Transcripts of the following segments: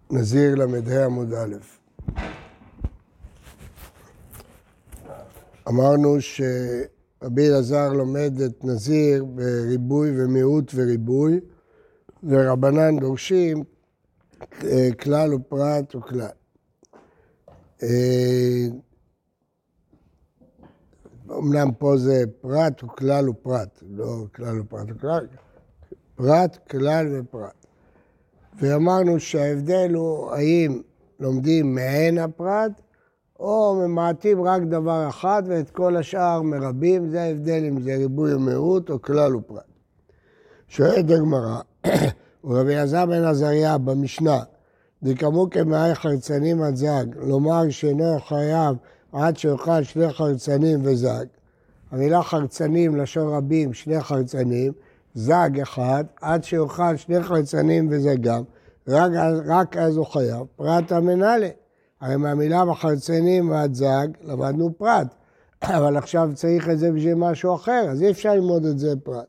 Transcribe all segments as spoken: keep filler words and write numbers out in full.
נזיר למדה עמוד א'. אמרנו שרבי אלעזר לומד את נזיר בריבוי ומיעוט וריבוי, ורבנן דורשים כלל ופרט וכלל. אמנם פה זה פרט וכלל ופרט, לא כלל ופרט וכלל, פרט, כלל ופרט. ואמרנו שההבדל הוא האם לומדים מעין הפרט, או ממעטים רק דבר אחד ואת כל השאר מרבים, זה ההבדל אם זה ריבוי ומיעוט או כלל ופרט. שואלת הגמרא, ורבי אלעזר בן עזריה במשנה, דקאמו כמאי חרצנים עד זג, לומר שאינו חייב עד שיאכל שני חרצנים וזג. המילה חרצנים לשון רבים, שני חרצנים, זג אחד, עד שיאכל שני חרצנים וזגם, רק, רק אז הוא חייב, פרט המנהלה. הרי מהמילה בחרצנים ועד זג, למדנו פרט, אבל עכשיו צריך את זה בשביל משהו אחר, אז אי אפשר ללמוד את זה פרט.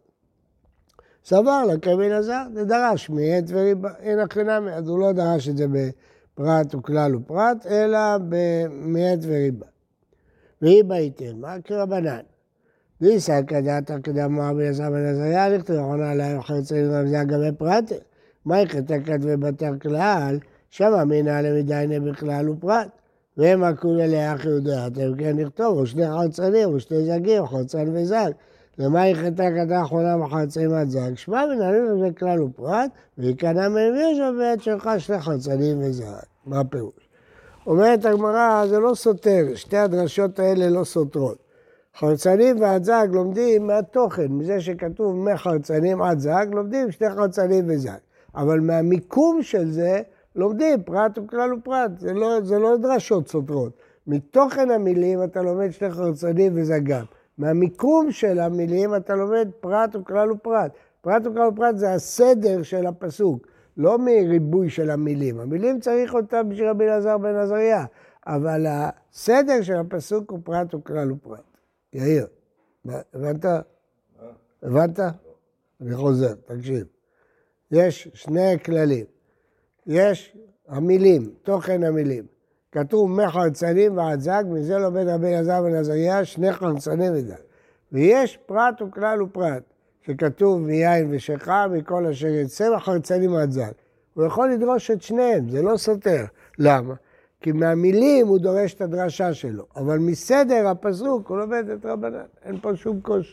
סבר לקרבי אלעזר, זה דרש מעט וריבה, אין הכי אז הוא לא דרש את זה בפרט וכלל ופרט, אלא במעט וריבה. וריבה ייתן, מה כרבנן? דיסא כדעת הקדם רבי אלעזר בן עזריה, לכתוב עונה עליהם חרצנים וזג גם בפרט, מה יכתה כתבי בתר כלל? שמה מינה למדיינה בכלל ופרט. והם הכול אלה אחי יודעת, הם כן נכתוב, או שני חרצנים, או שני זגים, חרצן וזג. למה יכתה כתה אחרונה בחרצנים עד זג? שמה מינה למדיינה בכלל ופרט, ויקנה מביש עובד שלך שני חרצנים וזג. מה הפירוש? אומרת הגמרא, זה לא סותר, שתי הדרשות האלה לא סותרות. חרצנים ועד זג לומדים מהתוכן, מזה שכתוב מחרצנים עד זג, לומדים שני חרצנים וזג. אבל מהמיקום של זה, לומדים פרט וכלל ופרט, זה לא, זה לא דרשות סותרות. מתוכן המילים אתה לומד שני חרצנים וזגם. מהמיקום של המילים אתה לומד פרט וכלל ופרט. פרט וכלל ופרט זה הסדר של הפסוק, לא מריבוי של המילים. המילים צריך אותם בשביל רבי אלעזר בן עזריה, אבל הסדר של הפסוק הוא פרט וכלל ופרט. יאיר, הבנת? הבנת? אני חוזר, תקשיב. יש שני כללים. יש המילים, תוכן המילים. כתוב מחרצנים ועד זג, מזה לומד רבי אלעזר בן עזריה, שני חרצנים וזג. ויש פרט וכלל ופרט, שכתוב מיין ושכה, מכל אשר יצא מחרצנים ועד זג. הוא יכול לדרוש את שניהם, זה לא סותר. למה? כי מהמילים הוא דורש את הדרשה שלו, אבל מסדר הפסוק הוא לומד את רבנן, אין פה שום קושי.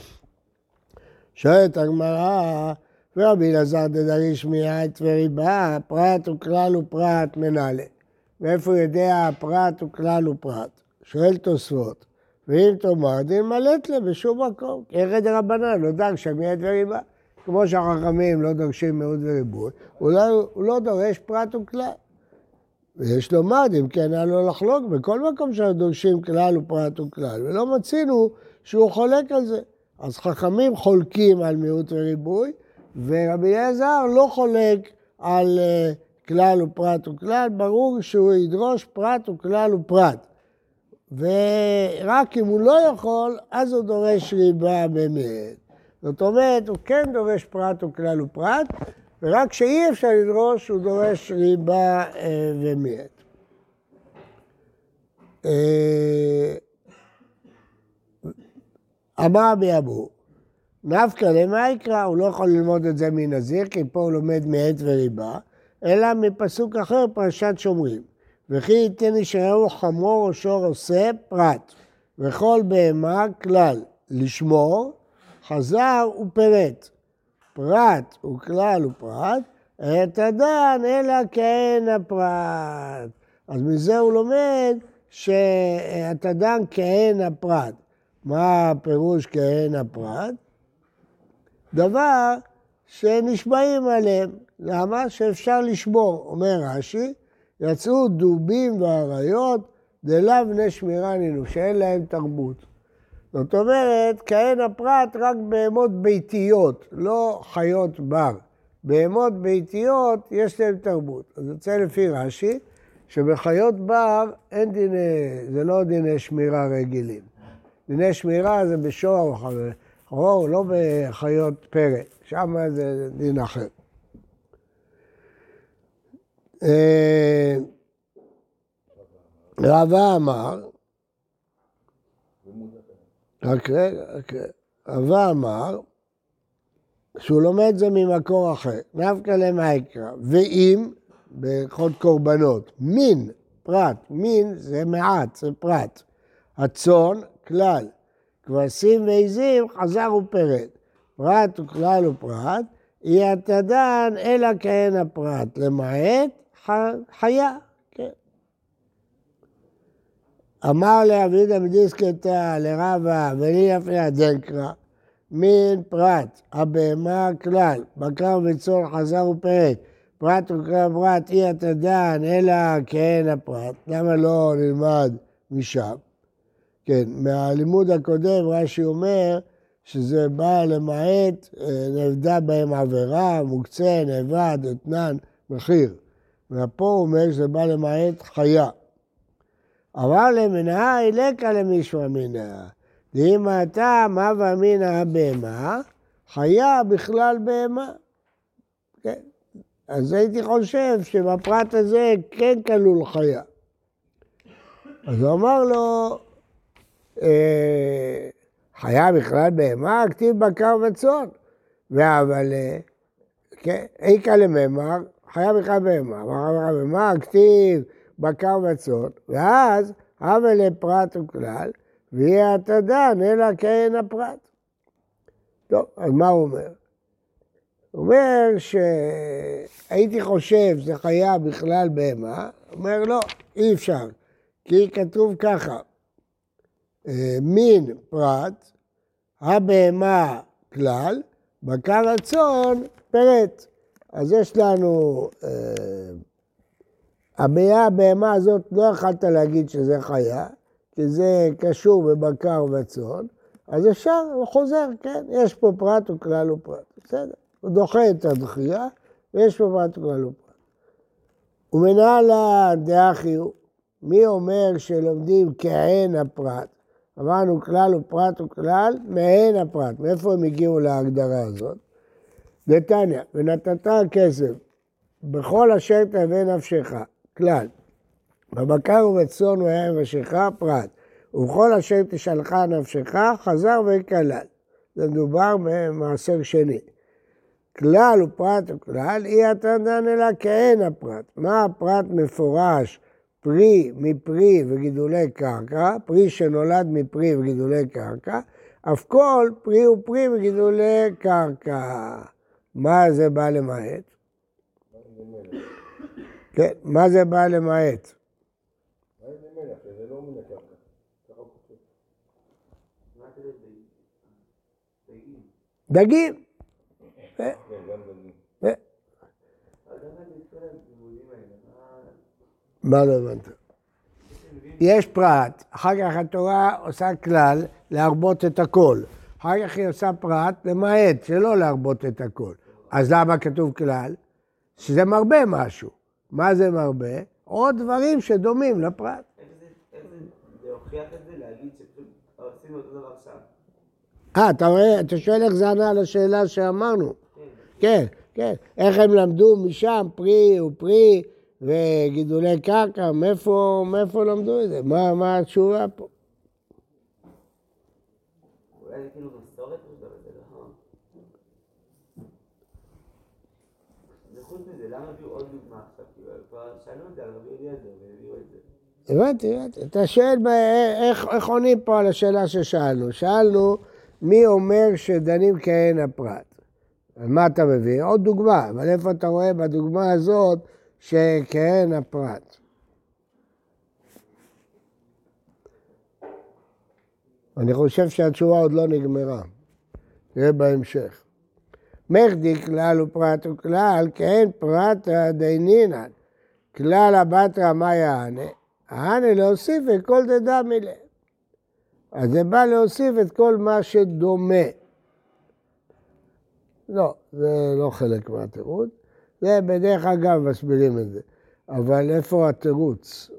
שואלת הגמרא, ורבי אלעזר דדריש מעט וריבה, פרט וכלל ופרט מנהלה. מאיפה יודע פרט וכלל ופרט? שואל תוספות, ואם תאמר דין מלט לה בשום מקום, ירד רבנן, לא דרש מעט וריבה. כמו שהחכמים לא דורשים מיעוט וריבוי, הוא לא, הוא לא דורש פרט וכלל. ויש לומר, אם כן, היה לו לחלוק בכל מקום שאנחנו דורשים כלל ופרט וכלל, ולא מצינו שהוא חולק על זה. אז חכמים חולקים על מיעוט וריבוי, ורבי אלעזר לא חולק על uh, כלל ופרט וכלל, ברור שהוא ידרוש פרט וכלל ופרט. ורק אם הוא לא יכול, אז הוא דורש ריבה במעט. זאת אומרת, הוא כן דורש פרט וכלל ופרט, ורק שאי אפשר לדרוש, הוא דורש ריבה uh, ומעט. Uh, אמר בי אבו, נפקא למה יקרא, הוא לא יכול ללמוד את זה מנזיר, כי פה הוא לומד מעט וריבה, אלא מפסוק אחר, פרשת שומרים. וכי ייתן ישמעו חמור או שור עושה פרט, וכל בהמה כלל, לשמור, חזר ופרט. פרט וכלל ופרט, את הדן אלא כאין הפרט. אז מזה הוא לומד שאת הדן כאין הפרט. מה הפירוש כאין הפרט? דבר שנשבעים עליהם. למה? שאפשר לשבור. אומר רש"י, יצאו דובים ואריות, דלאו בני שמירה נינו, שאין להם תרבות. זאת אומרת, כאין הפרט רק בהמות ביתיות, לא חיות בר. בהמות ביתיות יש להם תרבות. אז יוצא לפי רש"י, שבחיות בר אין דיני, זה לא דיני שמירה רגילים. דיני שמירה זה בשור, או לא בחיות פרא, שם זה דין אחר. רבא אמר, רק רגע, רק רגע, רבא אמר, שהוא לומד זה ממקור אחר, נפקא למה יקרא, ואם, בכל קורבנות, מין, פרט, מין זה מעט, זה פרט, הצאן, כלל, כבשים ועזים, חזר ופרד, פרט וכלל ופרט, יהיה התדן אלא כהן הפרט, למעט חיה. כן. אמר לאבידא מדיסקתא לרבא ולי יפיה דנקרא, מין פרט, הבהמה כלל, בקר וצאן חזר ופרד, פרט וכלל פרט אי התדן אלא כהן הפרט. למה לא נלמד משם? כן, מהלימוד הקודם רש"י אומר שזה בא למעט, נאבדה בהם עבירה, מוקצה, נאבד, אתנן, מחיר. ופה הוא אומר שזה בא למעט חיה. אבל למנהי לקה למישהו מנהה. ואם אתה מה ואמינא הבהמה, חיה בכלל בהמה. כן. אז הייתי חושב שבפרט הזה כן כלול חיה. אז הוא אמר לו, אה, חיה בכלל בהמה, כתיב בקר וצאן. אבל, כן, איכא לממר, חיה בכלל בהמה. אמר בהמה, כתיב בקר וצאן, ואז הווה לפרט וכלל, ויהיה התדן אלא כהן הפרט. טוב, אז מה הוא אומר? הוא אומר שהייתי חושב שזה חיה בכלל בהמה, הוא אומר לא, אי אפשר, כי כתוב ככה, מין פרט, הבהמה כלל, בקר הצאן פרט. אז יש לנו, הבהמה הזאת לא יכולת להגיד שזה חיה, כי זה קשור בבקר וצאן, אז אפשר, הוא חוזר, כן, יש פה פרט וכלל ופרט, בסדר. הוא דוחה את הדחייה, ויש פה פרט וכלל ופרט. ומנהל דאחי הוא, מי אומר שלומדים כהן הפרט? אמרנו כלל ופרט וכלל, מהן הפרט. מאיפה הם הגיעו להגדרה הזאת? דתניא, ונתת כסף, בכל אשר תאווה נפשך, כלל. בבקר ובצאן והיה נפשך, פרט. ובכל אשר תשאלך נפשך, חזר וכלל. זה מדובר במעשר שני. כלל ופרט וכלל, אי התדן אלא כהן הפרט. מה הפרט מפורש? פרי מפרי וגידולי קרקע, פרי שנולד מפרי וגידולי קרקע, אף כל פרי ופרי וגידולי קרקע. מה זה בא למעט? כן, מה זה בא למעט? דגים. מה לא הבנת? יש פרט, אחר כך התורה עושה כלל להרבות את הכל. אחר כך היא עושה פרט למעט, שלא להרבות את הכל. אז למה כתוב כלל? שזה מרבה משהו. מה זה מרבה? עוד דברים שדומים לפרט. איך זה להוכיח את זה, להגיד שעושים אותו דבר שם? אה, אתה רואה, אתה שואל איך זה ענה על השאלה שאמרנו. כן, כן. איך הם למדו משם פרי ופרי וגידולי קרקע, מאיפה, מאיפה למדו את זה? מה, מה התשובה פה? אולי זה כאילו מסורת או דבר זה נכון? וחוץ מזה, למה הביאו עוד דוגמה עכשיו? כבר שאלו את זה על רבי אליעזר והביאו את זה. הבנתי, הבנתי. אתה שואל איך, איך עונים פה על השאלה ששאלנו. שאלנו מי אומר שדנים כהן הפרט. אז מה אתה מביא? עוד דוגמה, אבל איפה אתה רואה בדוגמה הזאת שכהן הפרט? אני חושב שהתשובה עוד לא נגמרה. נראה בהמשך. מחדי כלל ופרט וכלל, כהן פרט דיינינן. כלל הבטרא מה יענה? הענה להוסיף את כל דדה מלא. אז זה בא להוסיף את כל מה שדומה. לא, זה לא חלק מהתירוץ. זה בדרך אגב מסבירים את זה. אבל איפה התירוץ?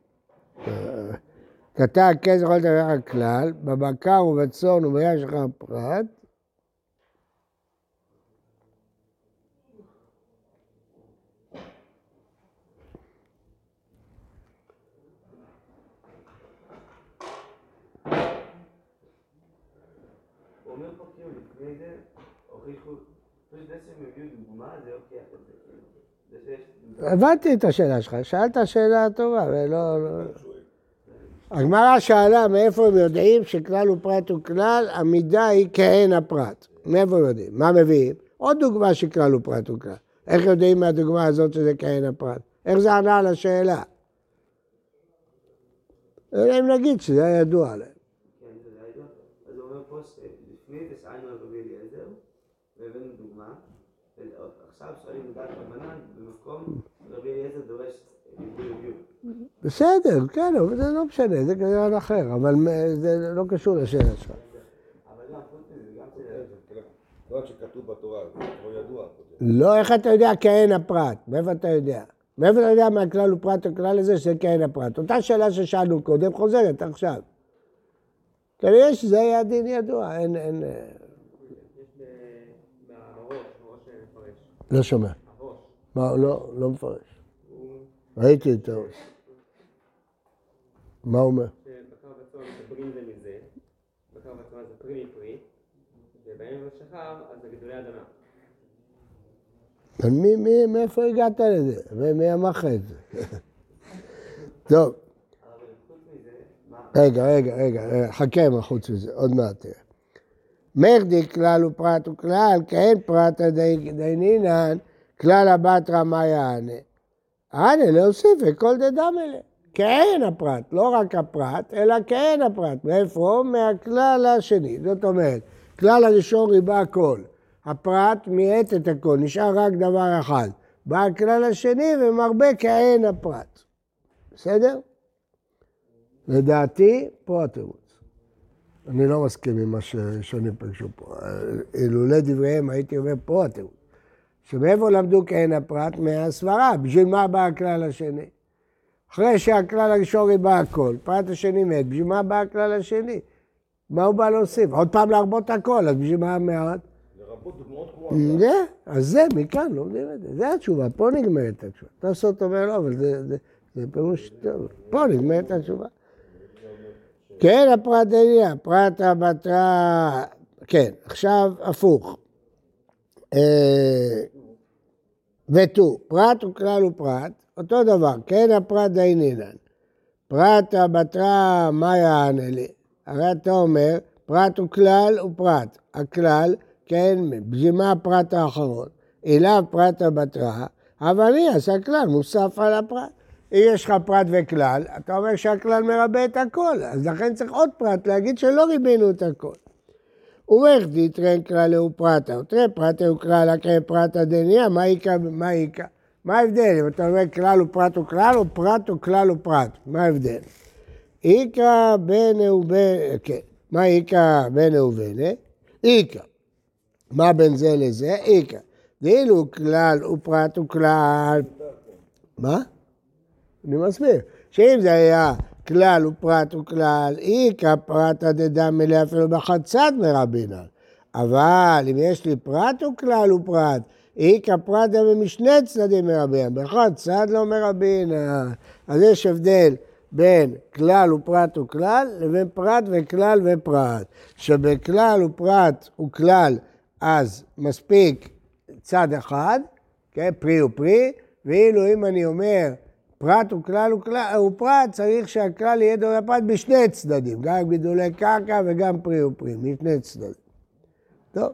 כתב כסף יכול לדבר על כלל, בבקר ובצאן וביש לך פרט. פה כאילו לפני זה, הוכיחו, פשוט זה שהם הביאו דוגמה, זה הוכיח את זה. הבנתי את השאלה שלך, שאלת שאלה טובה, ולא... הגמרא שאלה מאיפה הם יודעים שכלל ופרט הוא כלל, המידה היא כעין הפרט. מאיפה הם יודעים? מה מביאים? עוד דוגמה שכלל ופרט הוא כלל. איך יודעים מהדוגמה הזאת שזה כעין הפרט? איך זה ענה על השאלה? אלא אם נגיד שזה היה ידוע עליהם. כן, זה היה ידוע. אז הוא אומר פה שלפני זה שאלנו על רבי אליעזר, והבאנו דוגמה, ועכשיו שואלים דעת רבנן, במקום רבי אליעזר דורש ליבוי לביוב. בסדר, כן, אבל זה לא משנה, זה כזה אחר, אבל זה לא קשור לשאלה שלך. אבל גם חוץ מזה, זה גם שאלה. לא רק שכתוב בתורה, זה לא ידוע. לא, איך אתה יודע כעין הפרט? מאיפה אתה יודע? מאיפה אתה יודע מהכלל ופרט הכלל הזה שזה כעין הפרט? אותה שאלה ששאלנו קודם חוזרת עכשיו. כנראה שזה היה דין ידוע, אין... אין... יש בראש, בראש מפרש. לא שומע. הראש. מה, לא, לא מפרש. ראיתי את הראש. מה הוא אומר? שבקר בצורה מדברים זה מזה, בקר בצורה זה פרי מפרי, ובהם בשחר אז זה גידולי אדמה. מי, מי, מאיפה הגעת לזה? ומי אמרך את זה? טוב. אבל חוץ מזה, מה? רגע, רגע, רגע, חכה מה חוץ מזה, עוד מעט תראה. מרדי כלל ופרט וכלל, כאין פרט דיינינן, כלל הבטרא מה יענה. ענה להוסיף וכל דדם אלה. כאין הפרט, לא רק הפרט, אלא כאין הפרט. מאיפה? מהכלל השני. זאת אומרת, כלל הראשון ריבה הכל. הפרט מיעט את הכל, נשאר רק דבר אחד. בא הכלל השני ומרבה כאין הפרט. בסדר? לדעתי, פה התירוץ. אני לא מסכים עם מה ששונים פגשו פה. אילולא דבריהם הייתי אומר פה התירוץ. שמאיפה למדו כאין הפרט? מהסברה. בשביל מה בא הכלל השני? אחרי שהכלל הראשון ריבה הכל, פרט השני מת, בשביל מה בא הכלל השני? מה הוא בא להוסיף? עוד פעם להרבות הכל, אז בשביל מה מעט? לרבות דוגמאות קבועות. זה, אז זה, מכאן לומדים את זה. זה התשובה, פה נגמרת התשובה. תעשות אומר לא, אבל זה, זה, זה פירוש טוב. פה נגמרת התשובה. כן, הפרט דניה, פרט הבטרה, כן, עכשיו הפוך. ותו, פרט וכלל ופרט, אותו דבר, כן הפרט דיינינן. פרט הבטרה, מה יענה לי? הרי אתה אומר, פרט וכלל ופרט. הכלל, כן, בזימה הפרט האחרון. אליו פרט הבטרה, אבל מי עשה כלל מוסף על הפרט. אם יש לך פרט וכלל, אתה אומר שהכלל מרבה את הכל, אז לכן צריך עוד פרט להגיד שלא ריבינו את הכל. ואיך דיתרן כלל הוא פרטה, ותראה פרטה הוא כלל, הכי פרטה דניה, מה איקה, מה איקה? מה ההבדל? אם אתה אומר כלל הוא פרט הוא כלל, או פרט הוא כלל הוא פרט? מה ההבדל? איקה בנה ובנה, כן, מה איקה בנה ובנה? איקה. מה בין זה לזה? איקה. דאילו כלל ופרט וכלל. מה? אני מסביר. שאם זה היה כלל ופרט וכלל, איקה פרטה דדם מלא אפילו בחצת מרבינן. אבל אם יש לי פרט וכלל ופרט, איקה פרטה במשני צדדים מרבינן. באחד צד לא מרבינן. אז יש הבדל בין כלל ופרט וכלל לבין פרט וכלל ופרט. שבכלל ופרט וכלל אז מספיק צד אחד, כן, פרי ופרי, ואילו אם אני אומר פרט וכלל וכלל, הוא פרט, צריך שהכלל יהיה דומה פרט בשני צדדים, גם גידולי קרקע וגם פרי ופרי, משני צדדים. טוב.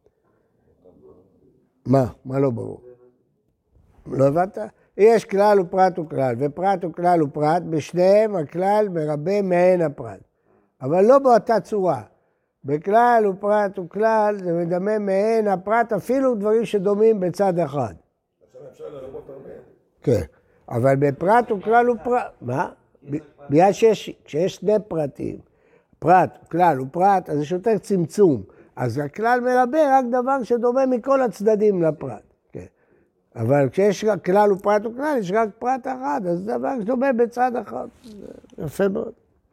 מה? מה לא ברור? לא הבנת? יש כלל ופרט וכלל, ופרט וכלל ופרט, בשניהם הכלל מרבה מעין הפרט. אבל לא באותה צורה. בכלל ופרט וכלל זה מדמה מעין הפרט, אפילו דברים שדומים בצד אחד. עכשיו אפשר לרבות הרבה. כן, אבל בפרט וכלל ופרט, מה? בגלל שיש, כשיש שני פרטים, פרט, כלל ופרט, אז יש יותר צמצום. אז הכלל מרבה רק דבר שדומה מכל הצדדים לפרט. כן. אבל כשיש כלל ופרט וכלל, יש רק פרט אחד, אז זה דבר שדומה בצד אחד. יפה מאוד.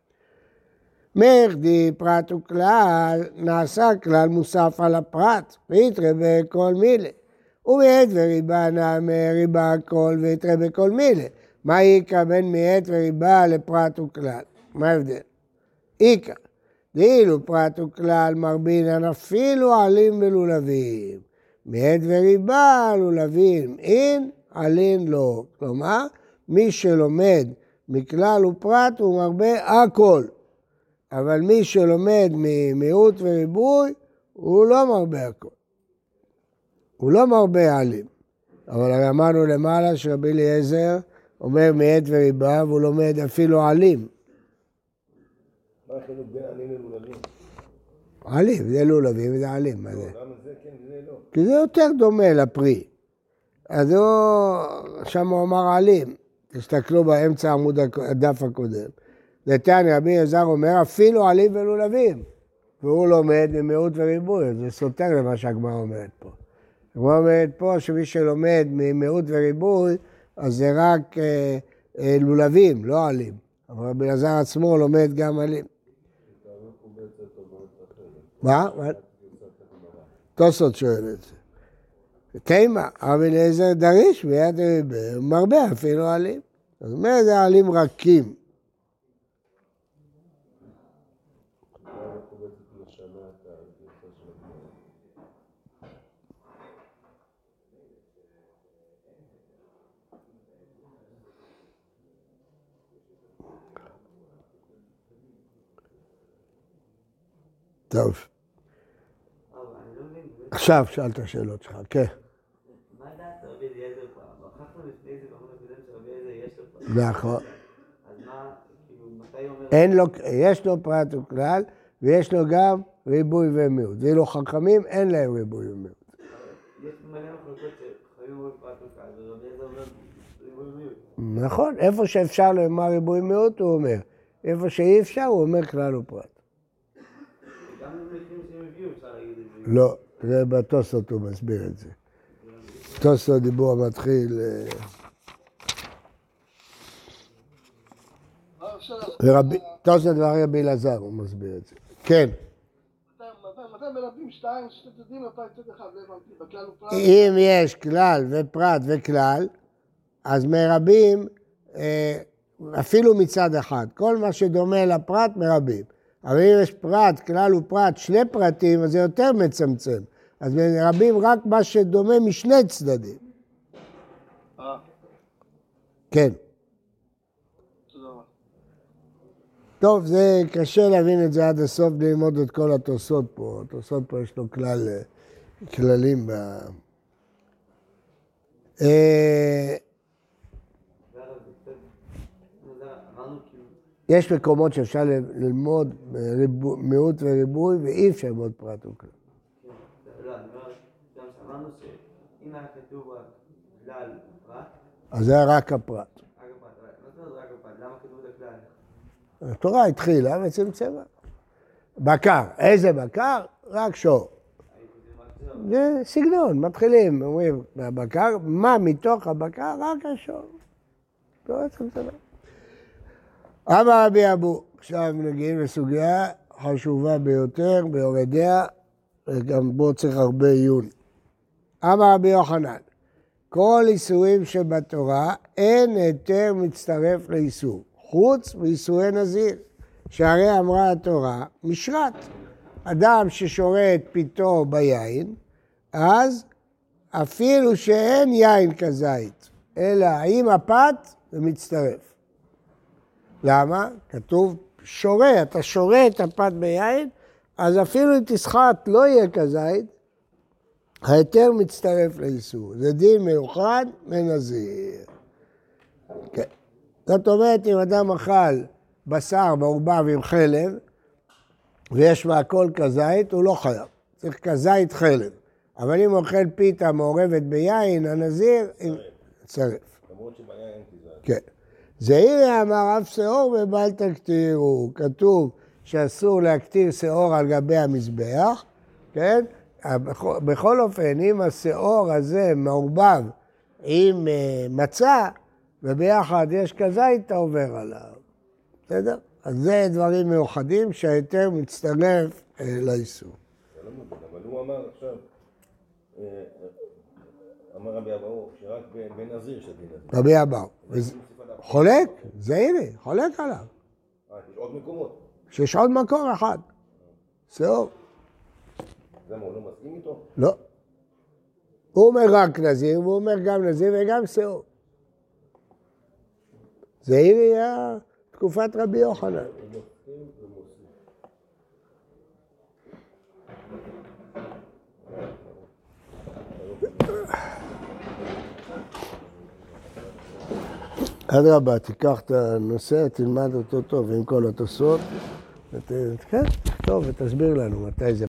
מרדי פרט וכלל, נעשה כלל מוסף על הפרט, ויתראה בכל מילה. ומעט וריבה נעמה ריבה הכל ויתראה בכל מילה. מה איקה בין מעט וריבה לפרט וכלל? מה ההבדל? איקה, דאילו פרט וכלל מרבינן אפילו עלים ולולבים. מעד וריבה לולבים אין, עלין לא. כלומר, מי שלומד מכלל ופרט הוא מרבה הכל. אבל מי שלומד ממיעוט וריבוי, הוא לא מרבה הכל. הוא לא מרבה עלים. אבל אמרנו למעלה שרבי אליעזר אומר מעד וריבה, והוא לומד אפילו עלים. מה החילוק בין עלים ללולבים? עלים, זה לולבים וזה עלים. לא, למה זה כן וזה לא? כי זה יותר דומה לפרי. אז הוא, שם הוא אמר עלים. תסתכלו באמצע עמוד הדף הקודם. נתניה, רבי אליעזר אומר אפילו עלים ולולבים. והוא לומד ממיעוט וריבוי, זה סותר למה שהגמרא אומרת פה. הגמרא אומרת פה שמי שלומד ממיעוט וריבוי, אז זה רק אה, אה, לולבים, לא עלים. אבל רבי אליעזר עצמו לומד גם עלים. מה? תוספות שואל את זה. תימה, רבי אליעזר דריש ביד וריבה, מרבה אפילו עלים. זאת אומרת, זה עלים רכים. טוב. עכשיו שאלת השאלות שלך, כן. מה דעת רבי אליעזר פעם? הוכחנו לפני זה בעמוד הקודם שרבי אליעזר יש לו פרט. נכון. אז מה, כאילו, מתי אומר... אין לו, יש לו פרט וכלל, ויש לו גם ריבוי ומיעוט. ואילו חכמים אין להם ריבוי ומיעוט. יש מלא מחלוקות שחייבים אומר פרט וכלל, ורבי אליעזר אומר ריבוי ומיעוט. נכון, איפה שאפשר לומר ריבוי ומיעוט הוא אומר. איפה שאי אפשר הוא אומר כלל ופרט. גם במקרים שהם הביאו אפשר להגיד את זה. לא, זה בתוספות הוא מסביר את זה. תוספות דיבור המתחיל... תוספות דבר רבי אלעזר הוא מסביר את זה. כן. מתי מלבים שתיים, שתי צדדים, מתי צד אחד, לא הבנתי, בכלל ופרט? אם יש כלל ופרט וכלל, אז מרבים אפילו מצד אחד. כל מה שדומה לפרט מרבים. אבל אם יש פרט, כלל ופרט, שני פרטים, אז זה יותר מצמצם. אז מרבים רק מה שדומה משני צדדים. אה, כן. תודה רבה. טוב, זה קשה להבין את זה עד הסוף, ללמוד את כל התוספות פה. התוספות פה יש לו כלל, כללים ב... יש מקומות שאפשר ללמוד מיעוט וריבוי, ואי אפשר ללמוד פרט וכלל. לא, אני אומר, גם שאמרנו שאם היה כתוב רק כלל פרט, אז זה היה רק הפרט. רק הפרט, מה זה רק הפרט? למה כתוב את הכלל? התורה התחילה וצמצמה. בקר, איזה בקר? רק שור. זה סגנון, מתחילים, אומרים, בבקר, מה מתוך הבקר? רק השור. לא צמצמה. אמר רבי אבו, עכשיו נגיעים לסוגיה חשובה ביותר, ביורדיה, וגם בו צריך הרבה עיון. אמר רבי יוחנן, כל איסורים שבתורה אין היתר מצטרף לאיסור, חוץ מאיסורי נזיר, שהרי אמרה התורה, משרת. אדם ששורת פיתו ביין, אז אפילו שאין יין כזית, אלא עם הפת זה מצטרף. למה? כתוב שורה, אתה שורה את הפת ביין, אז אפילו אם תסחט לא יהיה כזית, ההיתר מצטרף לאיסור. זה דין מיוחד מנזיר. כן. זאת אומרת, אם אדם אכל בשר מעורבב עם חלב, ויש מהכל כזית, הוא לא חייב. צריך כזית חלב. אבל אם אוכל פיתה מעורבת ביין, הנזיר, מצטרף. למרות שביין אין כזית. כן. זה הנה אמר אף שעור ובל תקטירו. כתוב שאסור להקטיר שעור על גבי המזבח, כן? בכל אופן, אם השעור הזה מעורבב עם מצה, וביחד יש כזית, אתה עובר עליו. בסדר? אז זה דברים מיוחדים שההיתר מצטרף לאיסור. זה לא מובן, אבל הוא אמר עכשיו, אמר רבי אבאו, שרק בנזיר שדין נזיר. רבי אבאו. חולק? זה הנה, חולק עליו. אה, יש עוד מקומות? שיש עוד מקום אחד. שאור. למה, הוא לא מסכים איתו? לא. הוא אומר רק נזיר, והוא אומר גם נזיר וגם שאור. זה היה תקופת רבי יוחנן. אדרבה, תיקח את הנושא, תלמד אותו טוב עם כל התוספות, כן, טוב, ותסביר לנו מתי זה